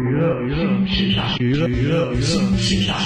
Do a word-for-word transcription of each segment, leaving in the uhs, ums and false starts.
娱乐新时尚，娱乐娱乐新时尚。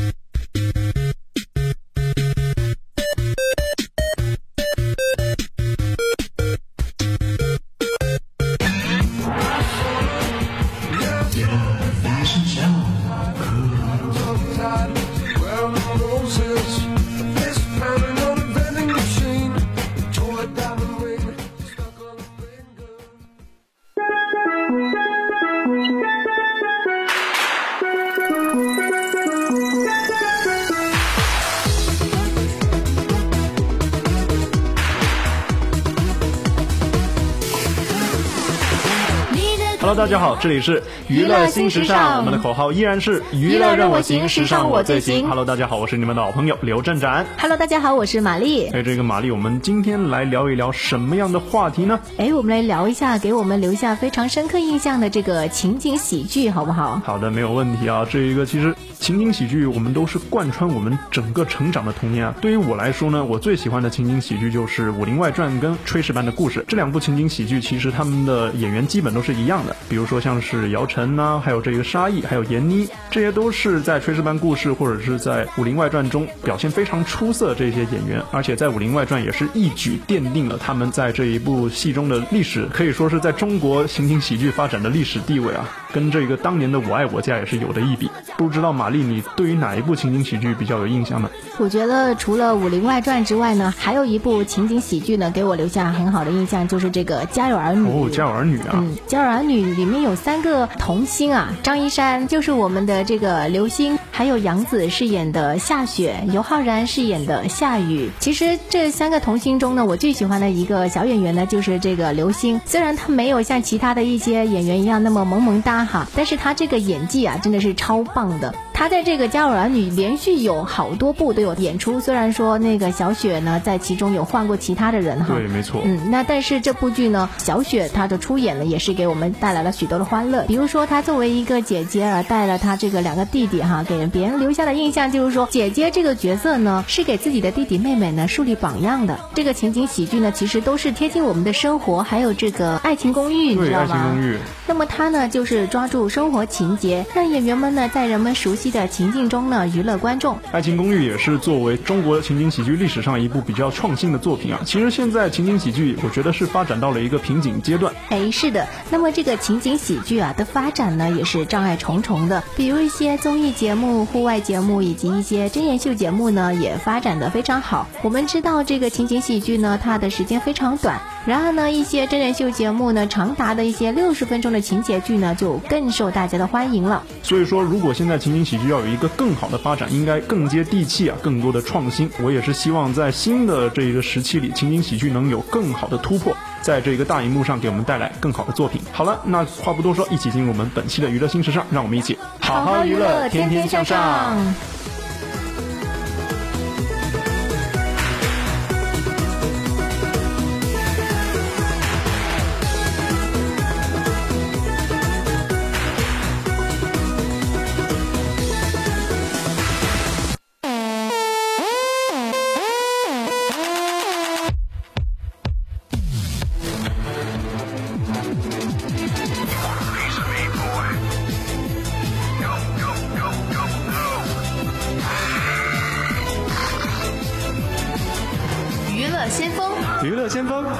Hello， 大家好，这里是娱乐新时尚，我们的口号依然是娱乐任我行，时尚我最行。Hello， 大家好，我是你们的老朋友刘振展。 Hello， 大家好，我是玛丽。 哎，这个玛丽，我们今天来聊一聊什么样的话题呢？ 哎，我们来聊一下给我们留下非常深刻印象的这个情景喜剧，好不好？ 好的，没有问题啊。这一个其实情景喜剧，我们都是贯穿我们整个成长的童年啊。对于我来说呢，我最喜欢的情景喜剧就是《武林外传》跟《炊事班的故事》这两部情景喜剧，其实他们的演员基本都是一样的，比如说像是姚晨呐、啊，还有这个沙溢，还有闫妮，这些都是在《炊事班故事》或者是在《武林外传》中表现非常出色的这些演员，而且在《武林外传》也是一举奠定了他们在这一部戏中的历史，可以说是在中国情景喜剧发展的历史地位啊，跟这个当年的《我爱我家》也是有的一比。不知道玛丽，你对于哪一部情景喜剧比较有印象呢？ 我觉得除了《武林外传》之外呢，还有一部情景喜剧呢，给我留下很好的印象，就是这个《家有儿女》。 哦，《家有儿女》啊， 嗯，《家有儿女》里面有三个童星啊，张一山就是我们的这个刘星，还有杨紫饰演的夏雪，尤浩然饰演的夏雨。其实这三个童星中呢，我最喜欢的一个小演员呢，就是这个刘星。虽然他没有像其他的一些演员一样那么萌萌哒哈，但是他这个演技啊，真的是超棒的。他在这个《家有儿女》连续有好多部都有演出，虽然说那个小雪呢在其中有换过其他的人哈， 对，没错， 嗯，那但是这部剧呢，小雪她的出演呢也是给我们带来了许多的欢乐。比如说她作为一个姐姐而带了她这个两个弟弟哈，给别人留下的印象就是说，姐姐这个角色呢是给自己的弟弟妹妹呢树立榜样的。这个情景喜剧呢其实都是贴近我们的生活，还有这个爱情公寓，你知道吗？ 爱情公寓。 那么她呢就是抓住生活情节，让演员们呢在人们熟悉的情境中呢娱乐观众。 爱情公寓也是作为中国情景喜剧历史上一部比较创新的作品啊。其实现在情景喜剧我觉得是发展到了一个瓶颈阶段。 哎，是的。那么这个情景喜剧啊的发展呢也是障碍重重的，比如一些综艺节目、户外节目以及一些真人秀节目呢也发展的非常好。我们知道这个情景喜剧呢它的时间非常短，然而呢一些真人秀节目呢长达的一些六十分钟的情节剧呢就更受大家的欢迎了。 所以说如果现在情景喜剧要有一个更好的发展，应该更接地气啊，更多的创新。我也是希望在新的这一个时期里，情景喜剧能有更好的突破，在这个大荧幕上给我们带来更好的作品。好了，那话不多说，一起进入我们本期的娱乐新时尚，让我们一起好好娱乐，天天向上。 先锋， 娱乐先锋，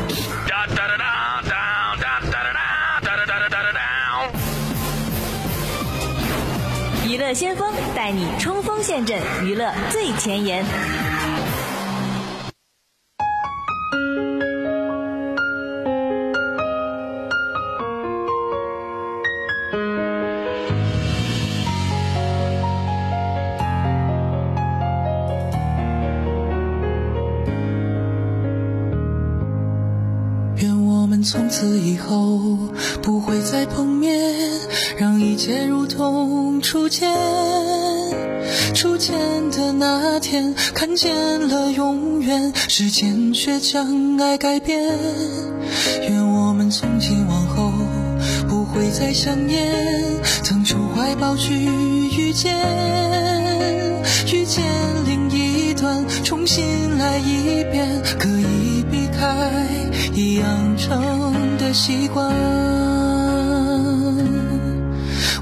娱乐先锋带你冲锋陷阵，娱乐最前沿。 从此以后不会再碰面，让一切如同初见。初见的那天，看见了永远，时间却将爱改变。愿我们从今往后不会再想念，腾出怀抱去遇见，遇见另一段，重新来一遍，可以避开已养成的习惯。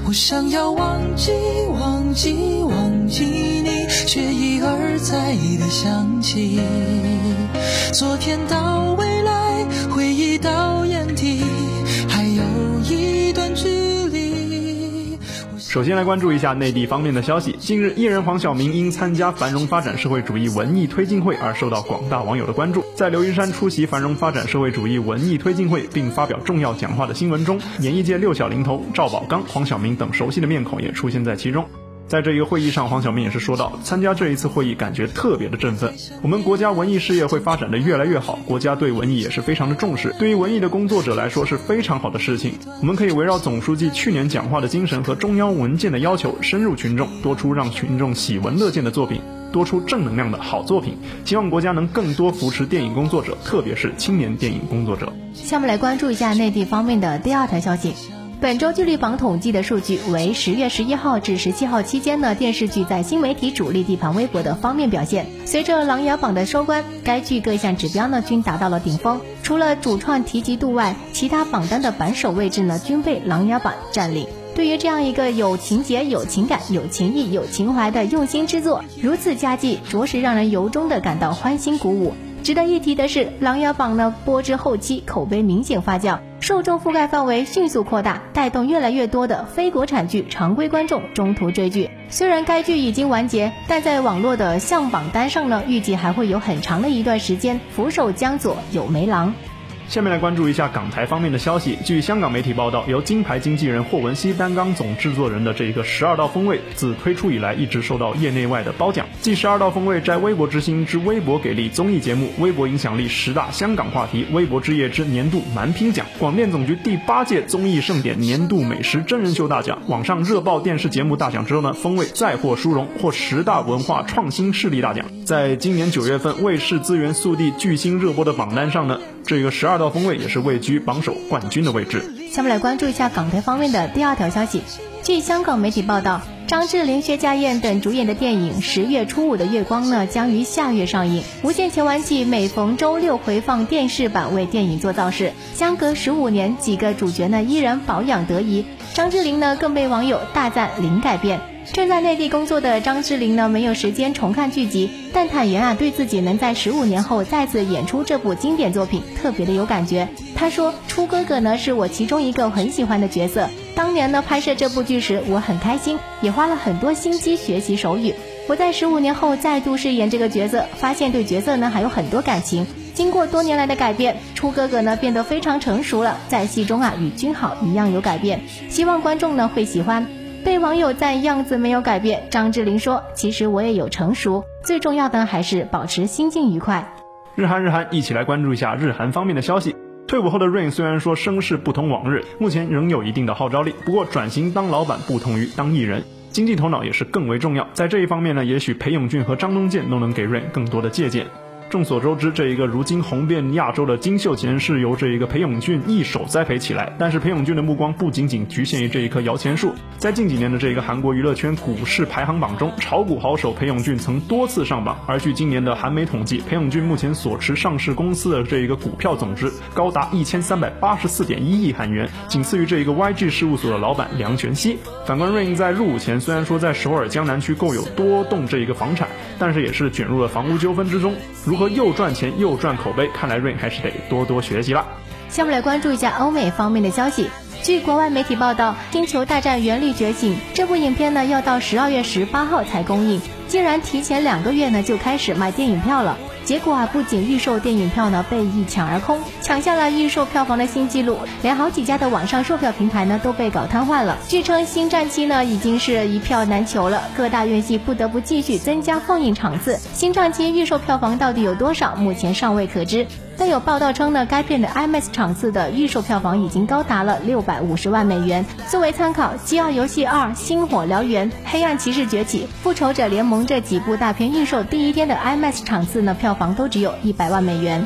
我想要忘记忘记忘记你，却一而再地想起昨天到未来，回忆到眼底，还有一段距离。 首先来关注一下内地方面的消息。近日，艺人黄晓明因参加繁荣发展社会主义文艺推进会而受到广大网友的关注。在刘云山出席繁荣发展社会主义文艺推进会并发表重要讲话的新闻中，演艺界六小龄头赵宝刚、黄晓明等熟悉的面孔也出现在其中。在这一个会议上，黄晓明也是说到，参加这一次会议感觉特别的振奋，我们国家文艺事业会发展的越来越好，国家对文艺也是非常的重视，对于文艺的工作者来说是非常好的事情。我们可以围绕总书记去年讲话的精神和中央文件的要求，深入群众，多出让群众喜闻乐见的作品，多出正能量的好作品，希望国家能更多扶持电影工作者，特别是青年电影工作者。 下面来关注一下内地方面的第二条消息。本周剧力榜统计的数据为十月十一号至十七号期间呢，电视剧在新媒体主力地盘微博的方面表现。随着琅琊榜的收官，该剧各项指标呢均达到了顶峰，除了主创提及度外，其他榜单的榜首位置呢均被琅琊榜占领。对于这样一个有情节、有情感、有情义、有情怀的用心之作，如此佳绩，着实让人由衷的感到欢欣鼓舞。值得一提的是，琅琊榜呢播至后期口碑明显发酵，受众覆盖范围迅速扩大，带动越来越多的非国产剧常规观众中途追剧。虽然该剧已经完结，但在网络的向榜单上呢，预计还会有很长的一段时间俯首江左有梅郎。 下面来关注一下港台方面的消息。据香港媒体报道，由金牌经纪人霍文熙担纲总制作人的这一个十二道锋味，自推出以来一直受到业内外的褒奖。继十二道锋味摘微博之星之微博给力综艺节目、微博影响力十大香港话题、微博之夜之年度蛮拼奖、广电总局第八届综艺盛典年度美食真人秀大奖、网上热爆电视节目大奖之后呢，锋味再获殊荣，获十大文化创新势力大奖。在今年九月份卫视资源速递巨星热播的榜单上呢，这个十二道锋味也是位居榜首冠军的位置。 下面来关注一下港台方面的第二条消息。据香港媒体报道，张智霖、薛家燕等主演的电影《十月初五的月光》呢，将于下月上映。无线前玩记每逢周六回放电视版为电影做造势，相隔十五年，几个主角呢依然保养得宜。张智霖呢更被网友大赞零改变。正在内地工作的张智霖呢，没有时间重看剧集，但坦言啊，对自己能在十五年后再次演出这部经典作品特别的有感觉。他说，初哥哥呢是我其中一个很喜欢的角色，当年呢拍摄这部剧时我很开心，也花了很多心机学习手语。我在十五年后再度饰演这个角色，发现对角色呢还有很多感情。经过多年来的改变，初哥哥呢变得非常成熟了，在戏中啊与君好一样有改变，希望观众呢会喜欢。被网友赞样子没有改变，张智霖说，其实我也有成熟，最重要的还是保持心境愉快。 日韩日韩一起来关注一下日韩方面的消息。退伍后的 Rain 虽然说声势不同往日，目前仍有一定的号召力，不过转型当老板不同于当艺人，经济头脑也是更为重要。在这一方面呢，也许裴勇俊和张东健都能给 Rain 更多的借鉴。众所周知，这一个如今红遍亚洲的金秀贤是由这一个裴勇俊一手栽培起来，但是裴勇俊的目光不仅仅局限于这一棵摇钱树，在近几年的这个韩国娱乐圈股市排行榜中，炒股好手裴勇俊曾多次上榜。而据今年的韩媒统计，裴勇俊目前所持上市公司的这一个股票总值高达一千三百八十四点一亿韩元，仅次于这一个 Y G 事务所的老板梁全熙。反观 Rain 在入伍前，虽然说在首尔江南区购有多栋这一个房产，但是也是卷入了房屋纠纷之中，如何又赚钱又赚口碑，看来 Rain 还是得多多学习啦。 下面来关注一下欧美方面的消息。据国外媒体报道，《星球大战：原力觉醒》这部影片呢要到十二月十八号才公映，竟然提前两个月呢就开始卖电影票了。结果啊，不仅预售电影票呢被一抢而空，抢下了预售票房的新纪录，连好几家的网上售票平台呢都被搞瘫痪了。据称星战七呢已经是一票难求了，各大院系不得不继续增加放映场次。星战七预售票房到底有多少，目前尚未可知。但有报道称呢，该片的 IMAX 场次的预售票房已经高达了六百五十万美元。作为参考，《饥饿游戏二》、《星火燎原》、《黑暗骑士崛起》、《复仇者联盟》这几部大片预售第一天的 IMAX 场次呢，票房都只有一百万美元。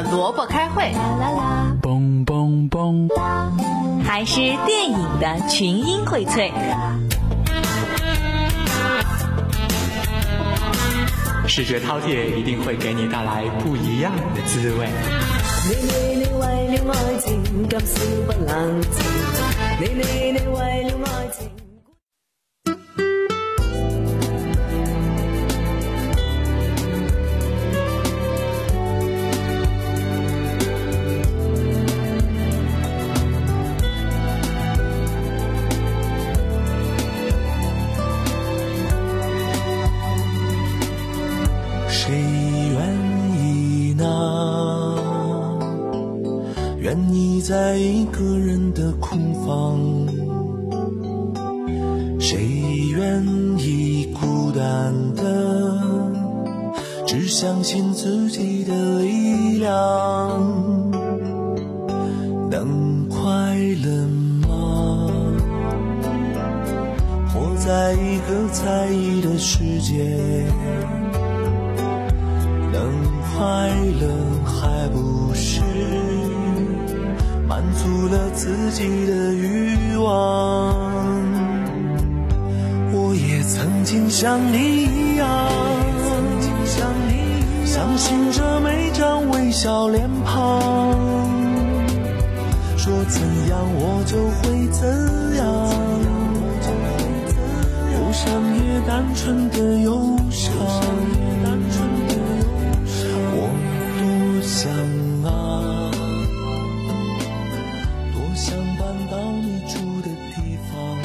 萝卜开会， 蹦蹦蹦， 还是电影的群英荟萃。 视觉饕餮一定会给你带来不一样的滋味。 你你你為了愛情，今宵不冷靜。你你你為了愛情。 谁愿意呢？愿意在一个人的空房，谁愿意孤单的只相信自己的力量？能快乐吗？活在一个在意的世界，能快乐还不是满足了自己的欲望？我也曾经像你一样，相信着每张微笑脸庞，说怎样我就会怎样，忧伤也单纯的忧伤。我多想啊，多想搬到你住的地方。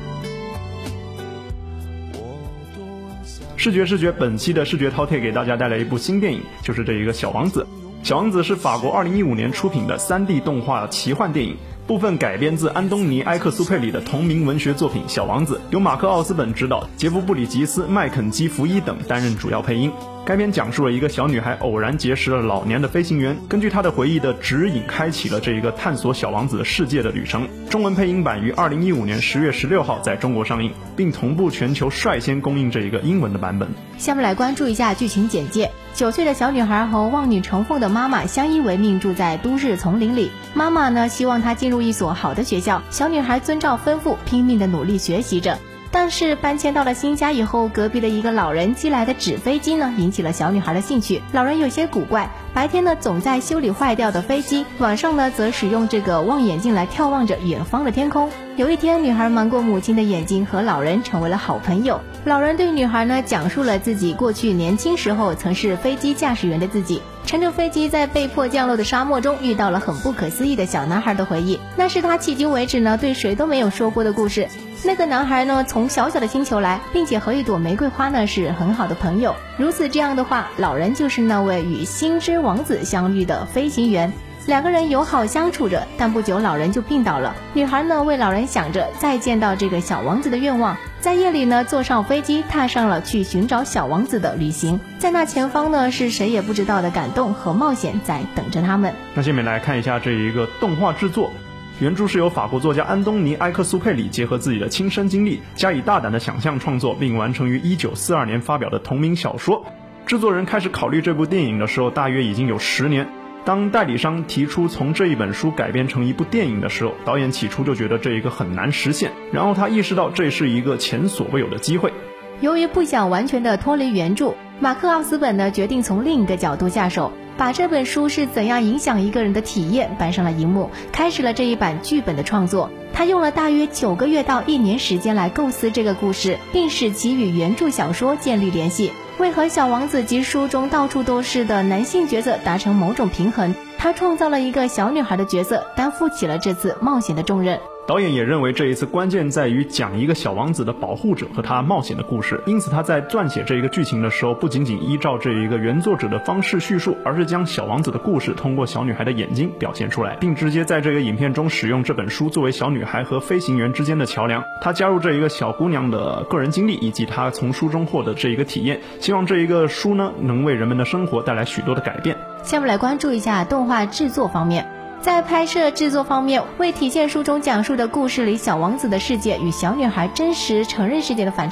我多想。 视觉视觉，本期的视觉饕餮给大家带来一部新电影，就是这一个《小王子》。《小王子》是法国二零一五年出品的 三 D 动画奇幻电影，部分改编自安东尼·埃克苏佩里的同名文学作品《小王子》，由马克·奥斯本执导，杰夫·布里吉斯、麦肯基·福伊等担任主要配音。该片讲述了一个小女孩偶然结识了老年的飞行员，根据她的回忆的指引，开启了这一个探索小王子的世界的旅程。中文配音版于二零一五年十月十六号在中国上映，并同步全球率先公映这一个英文的版本。 下面来关注一下剧情简介。九岁的小女孩和望女成凤的妈妈相依为命，住在都市丛林里。妈妈呢，希望她进入一所好的学校，小女孩遵照吩咐，拼命的努力学习着。但是搬迁到了新家以后，隔壁的一个老人寄来的纸飞机呢，引起了小女孩的兴趣。老人有些古怪，白天呢总在修理坏掉的飞机，晚上呢则使用这个望远镜来眺望着远方的天空。有一天，女孩瞒过母亲的眼睛，和老人成为了好朋友。老人对女孩呢讲述了自己过去年轻时候曾是飞机驾驶员的自己，乘着飞机在被迫降落的沙漠中遇到了很不可思议的小男孩的回忆，那是他迄今为止呢对谁都没有说过的故事。那个男孩呢从小小的星球来，并且和一朵玫瑰花呢是很好的朋友。如此这样的话，老人就是那位与星之王子相遇的飞行员。两个人友好相处着，但不久老人就病倒了。女孩呢为老人想着再见到这个小王子的愿望，在夜里呢坐上飞机，踏上了去寻找小王子的旅行。在那前方呢是谁也不知道的感动和冒险在等着他们。 那下面来看一下这一个动画制作。原著是由法国作家安东尼·埃克苏佩里结合自己的亲身经历，加以大胆的想象创作，并完成于一九四二年发表的同名小说。制作人开始考虑这部电影的时候，大约已经有十年。当代理商提出从这一本书改编成一部电影的时候，导演起初就觉得这一个很难实现，然后他意识到这是一个前所未有的机会。 由于不想完全的脱离原著，马克·奥斯本呢决定从另一个角度下手，把这本书是怎样影响一个人的体验搬上了荧幕，开始了这一版剧本的创作。他用了大约九个月到一年时间来构思这个故事，并使其与原著小说建立联系，为和小王子及书中到处都是的男性角色达成某种平衡。他创造了一个小女孩的角色，担负起了这次冒险的重任。 导演也认为这一次关键在于讲一个小王子的保护者和他冒险的故事，因此他在撰写这一个剧情的时候，不仅仅依照这一个原作者的方式叙述，而是将小王子的故事通过小女孩的眼睛表现出来，并直接在这个影片中使用这本书作为小女孩和飞行员之间的桥梁。他加入这一个小姑娘的个人经历，以及她从书中获得这一个体验，希望这一个书呢能为人们的生活带来许多的改变。 下面来关注一下动画制作方面。在拍摄制作方面，为体现书中讲述的故事里小王子的世界与小女孩真实成人世界的反差，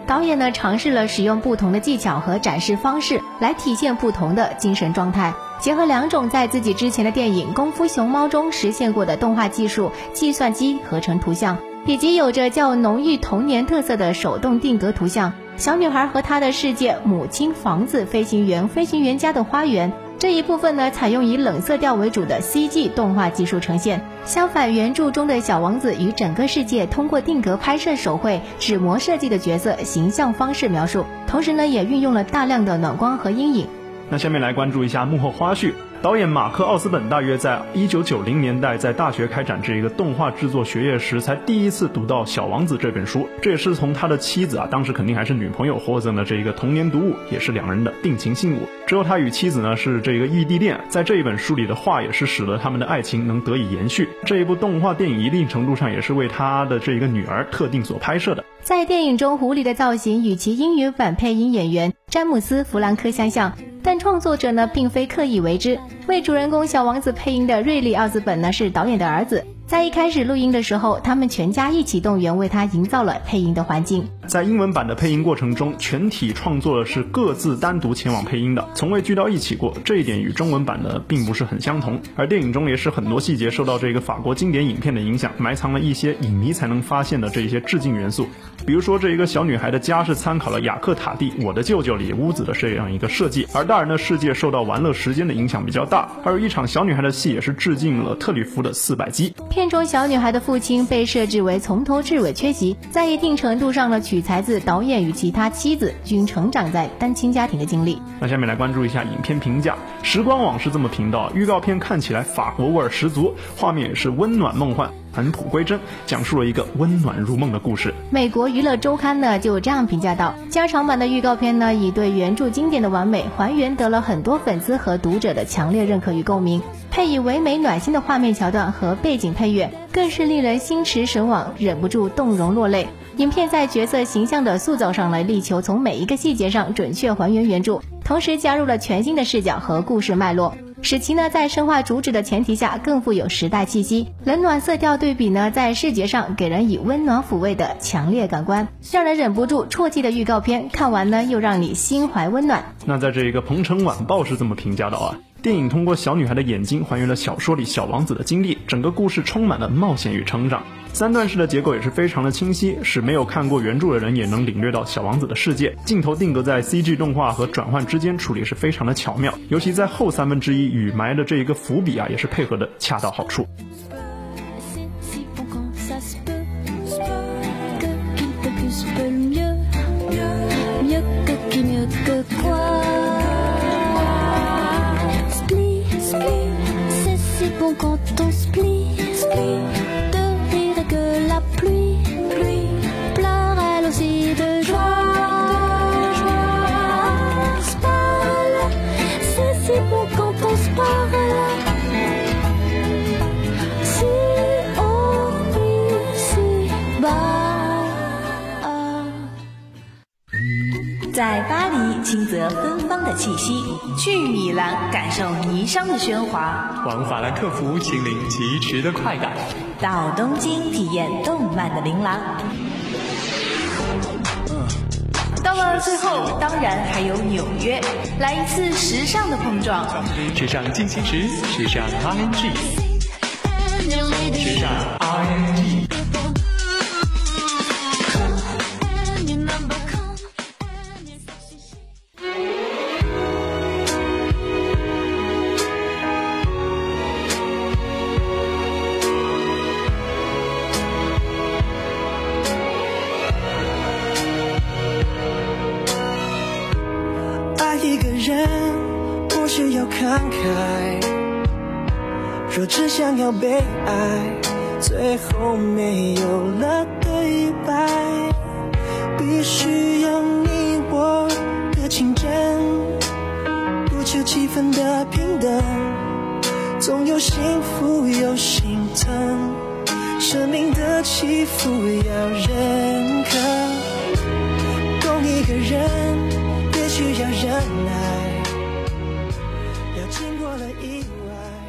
导演呢尝试了使用不同的技巧和展示方式来体现不同的精神状态，结合两种在自己之前的电影《功夫熊猫》中实现过的动画技术，计算机合成图像，以及有着较浓郁童年特色的手动定格图像，小女孩和她的世界、母亲、房子、飞行员、飞行员家的花园。这一部分呢，采用以冷色调为主的 C G 动画技术呈现。相反，原著中的小王子与整个世界通过定格拍摄手绘、纸模设计的角色形象方式描述，同时呢，也运用了大量的暖光和阴影。 那下面来关注一下幕后花絮。导演马克·奥斯本大约在一九九零年代在大学开展这一个动画制作学业时，才第一次读到《小王子》这本书。这也是从他的妻子啊，当时肯定还是女朋友获赠的这一个童年读物，也是两人的定情信物。之后他与妻子呢是这个异地恋，在这一本书里的话也是使得他们的爱情能得以延续。这一部动画电影一定程度上也是为他的这一个女儿特定所拍摄的。 在电影中，狐狸的造型与其英语版配音演员詹姆斯·弗兰科相像，但创作者呢并非刻意为之。为主人公小王子配音的瑞利·奥斯本呢是导演的儿子，在一开始录音的时候，他们全家一起动员为他营造了配音的环境。 在英文版的配音过程中，全体创作的是各自单独前往配音的，从未聚到一起过，这一点与中文版的并不是很相同。而电影中也是很多细节受到这个法国经典影片的影响，埋藏了一些影迷才能发现的这一些致敬元素。比如说这一个小女孩的家是参考了雅克塔蒂《我的舅舅》里屋子的这样一个设计，而大人的世界受到玩乐时间的影响比较大。还有一场小女孩的戏也是致敬了特吕弗的四百击。 片中小女孩的父亲被设置为从头至尾缺席，在一定程度上呢取材自导演与其他妻子均成长在单亲家庭的经历。 那下面来关注一下影片评价。时光网是这么评道，预告片看起来法国味儿十足，画面也是温暖梦幻，返璞归真，讲述了一个温暖入梦的故事。 美国娱乐周刊呢就这样评价道，加长版的预告片呢以对原著经典的完美还原得了很多粉丝和读者的强烈认可与共鸣，配以唯美暖心的画面桥段和背景配乐，更是令人心驰神往，忍不住动容落泪。影片在角色形象的塑造上呢，力求从每一个细节上准确还原原著，同时加入了全新的视角和故事脉络，使其呢在深化主旨的前提下更富有时代气息。冷暖色调对比呢，在视觉上给人以温暖抚慰的强烈感官，让人忍不住啜泣的预告片，看完呢又让你心怀温暖。 那在这一个鹏城晚报是这么评价的啊，电影通过小女孩的眼睛还原了小说里小王子的经历，整个故事充满了冒险与成长。三段式的结构也是非常的清晰，使没有看过原著的人也能领略到小王子的世界。镜头定格在 C G 动画和转换之间处理是非常的巧妙，尤其在后三分之一与埋的这一个伏笔啊，也是配合的恰到好处。 在巴黎轻则芬芳的气息，去米兰感受霓裳的喧哗， 往法兰克福亲临疾驰的快感， 到东京体验动漫的琳琅。到了最后，当然还有纽约，来一次时尚的碰撞。 时尚进行时，时尚 I N G， 时尚 I N G。 一个人不需要慷慨，若只想要被爱，最后没有了对白，必须有你我的情真，不求气氛的平等，总有幸福有心疼，生命的起伏要认可，共一个人需要忍耐，要经过了意外。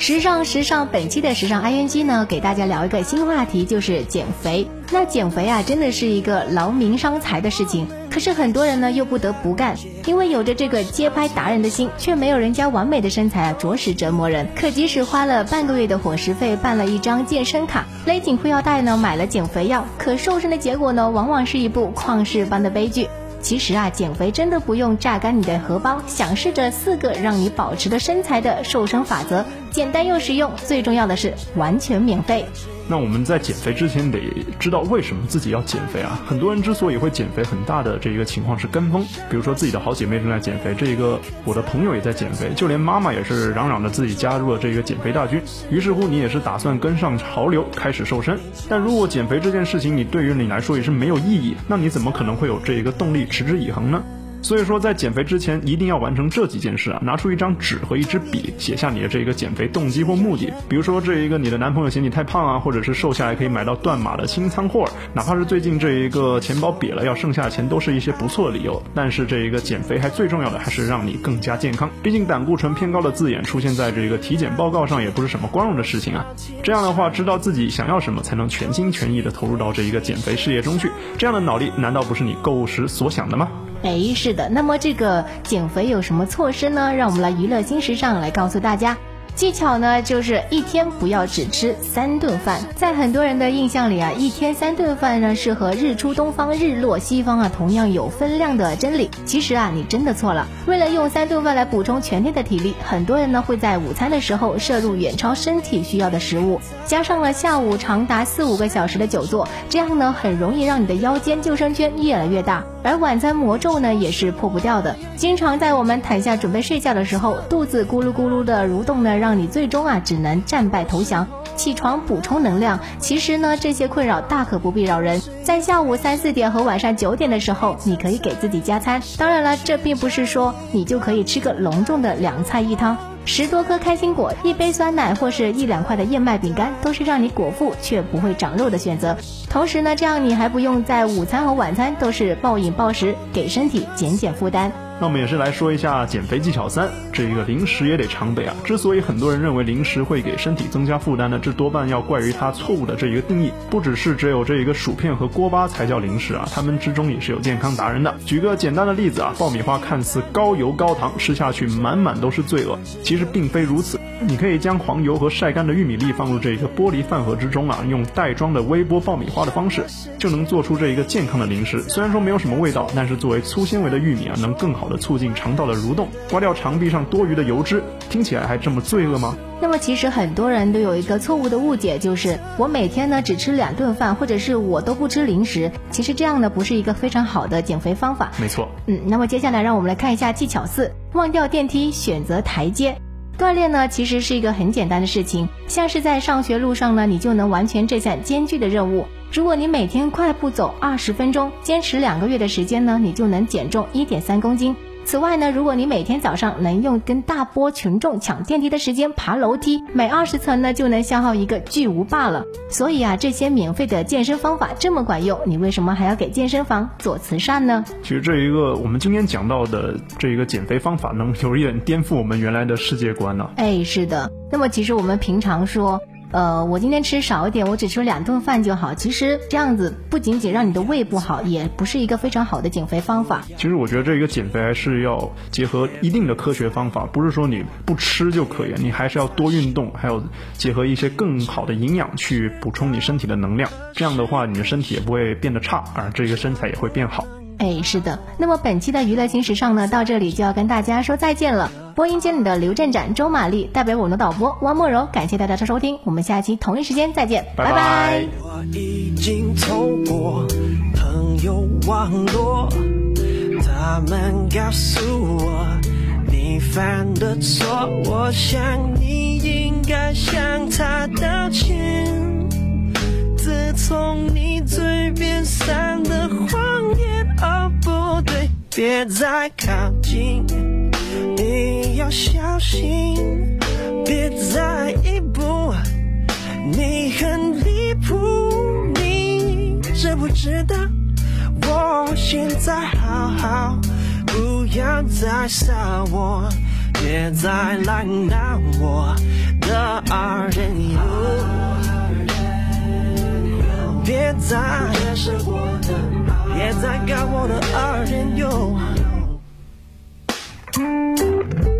时尚时尚，本期的时尚 I N G 呢，给大家聊一个新话题，就是减肥。那减肥啊，真的是一个劳民伤财的事情，可是很多人呢又不得不干，因为有着这个街拍达人的心，却没有人家完美的身材啊，着实折磨人。可即使花了半个月的伙食费，办了一张健身卡，勒紧裤腰带呢，买了减肥药，可瘦身的结果呢，往往是一部旷世般的悲剧。其实啊，减肥真的不用榨干你的荷包，想试着四个让你保持的身材的瘦身法则，简单又实用，最重要的是完全免费。 那我们在减肥之前得知道为什么自己要减肥啊？很多人之所以会减肥，很大的这个情况是跟风，比如说自己的好姐妹正在减肥，这个我的朋友也在减肥，就连妈妈也是嚷嚷着自己加入了这个减肥大军，于是乎你也是打算跟上潮流开始瘦身。但如果减肥这件事情你对于你来说也是没有意义，那你怎么可能会有这个动力持之以恒呢？所以说在减肥之前一定要完成这几件事啊，拿出一张纸和一支笔，写下你的这个减肥动机或目的。比如说这一个你的男朋友嫌你太胖啊，或者是瘦下来可以买到断码的清仓货，哪怕是最近这一个钱包瘪了要剩下的钱，都是一些不错的理由。但是这一个减肥还最重要的还是让你更加健康，毕竟胆固醇偏高的字眼出现在这个体检报告上也不是什么光荣的事情啊。这样的话知道自己想要什么，才能全心全意的投入到这一个减肥事业中去，这样的脑力难道不是你购物时所想的吗？ 哎，是的。那么这个减肥有什么措施呢？让我们来娱乐新时尚来告诉大家。技巧呢，就是一天不要只吃三顿饭。在很多人的印象里啊，一天三顿饭呢是和日出东方日落西方啊同样有分量的真理。其实啊，你真的错了。为了用三顿饭来补充全天的体力，很多人呢会在午餐的时候摄入远超身体需要的食物，加上了下午长达四五个小时的久坐，这样呢很容易让你的腰间救生圈越来越大。而晚餐魔咒呢也是破不掉的，经常在我们躺下准备睡觉的时候，肚子咕噜咕噜的蠕动呢，让你最终啊只能战败投降。起床补充能量，其实呢这些困扰大可不必扰人。在下午三四点和晚上九点的时候，你可以给自己加餐。当然了，这并不是说你就可以吃个隆重的两菜一汤。十多颗开心果，一杯酸奶或是一两块的燕麦饼干，都是让你果腹却不会长肉的选择。同时呢，这样你还不用在午餐和晚餐都是暴饮暴食，给身体减减负担。 那我们也是来说一下减肥技巧三，这一个零食也得常备啊。之所以很多人认为零食会给身体增加负担呢，这多半要怪于它错误的这一个定义。不只是只有这一个薯片和锅巴才叫零食啊，它们之中也是有健康达人的。举个简单的例子啊，爆米花看似高油高糖，吃下去满满都是罪恶，其实并非如此。你可以将黄油和晒干的玉米粒放入这个玻璃饭盒之中啊，用袋装的微波爆米花的方式，就能做出这一个健康的零食。虽然说没有什么味道，但是作为粗纤维的玉米啊，能更好的促进肠道的蠕动，刮掉肠壁上多余的油脂。听起来还这么罪恶吗？ 那么其实很多人都有一个错误的误解，就是我每天呢只吃两顿饭，或者是我都不吃零食。其实这样呢不是一个非常好的减肥方法。 没错。 嗯，那么接下来让我们来看一下技巧四，忘掉电梯，选择台阶。锻炼呢其实是一个很简单的事情，像是在上学路上呢，你就能完成这项艰巨的任务。如果你每天快步走二十分钟，坚持两个月的时间呢，你就能减重 一点三公斤。此外呢，如果你每天早上能用跟大波群众抢电梯的时间爬楼梯，每二十层呢就能消耗一个巨无霸了。所以啊，这些免费的健身方法这么管用，你为什么还要给健身房做慈善呢？ 其实这一个我们今天讲到的这一个减肥方法，能有一点颠覆我们原来的世界观呢。 哎，是的。那么其实我们平常说呃，我今天吃少一点，我只吃两顿饭就好。其实这样子不仅仅让你的胃不好，也不是一个非常好的减肥方法。 其实我觉得这个减肥还是要结合一定的科学方法，不是说你不吃就可以，你还是要多运动，还有结合一些更好的营养去补充你身体的能量。这样的话，你的身体也不会变得差，而这个身材也会变好。 哎，是的。那么本期的娱乐新时尚呢，到这里就要跟大家说再见了。播音间里的刘振展、周玛丽，代表我们的导播汪梦柔，感谢大家的收听，我们下期同一时间再见，拜拜。 我已经透过朋友网络，他们告诉我你犯的错，我想你应该向他道歉。自从你嘴边散的谎言，哦不对，别再靠近，你要小心，别再一步，你很离谱，你知不知道我现在好好，不要再撒我， 别再来拿我的二人游，别再别再搞我的二人游。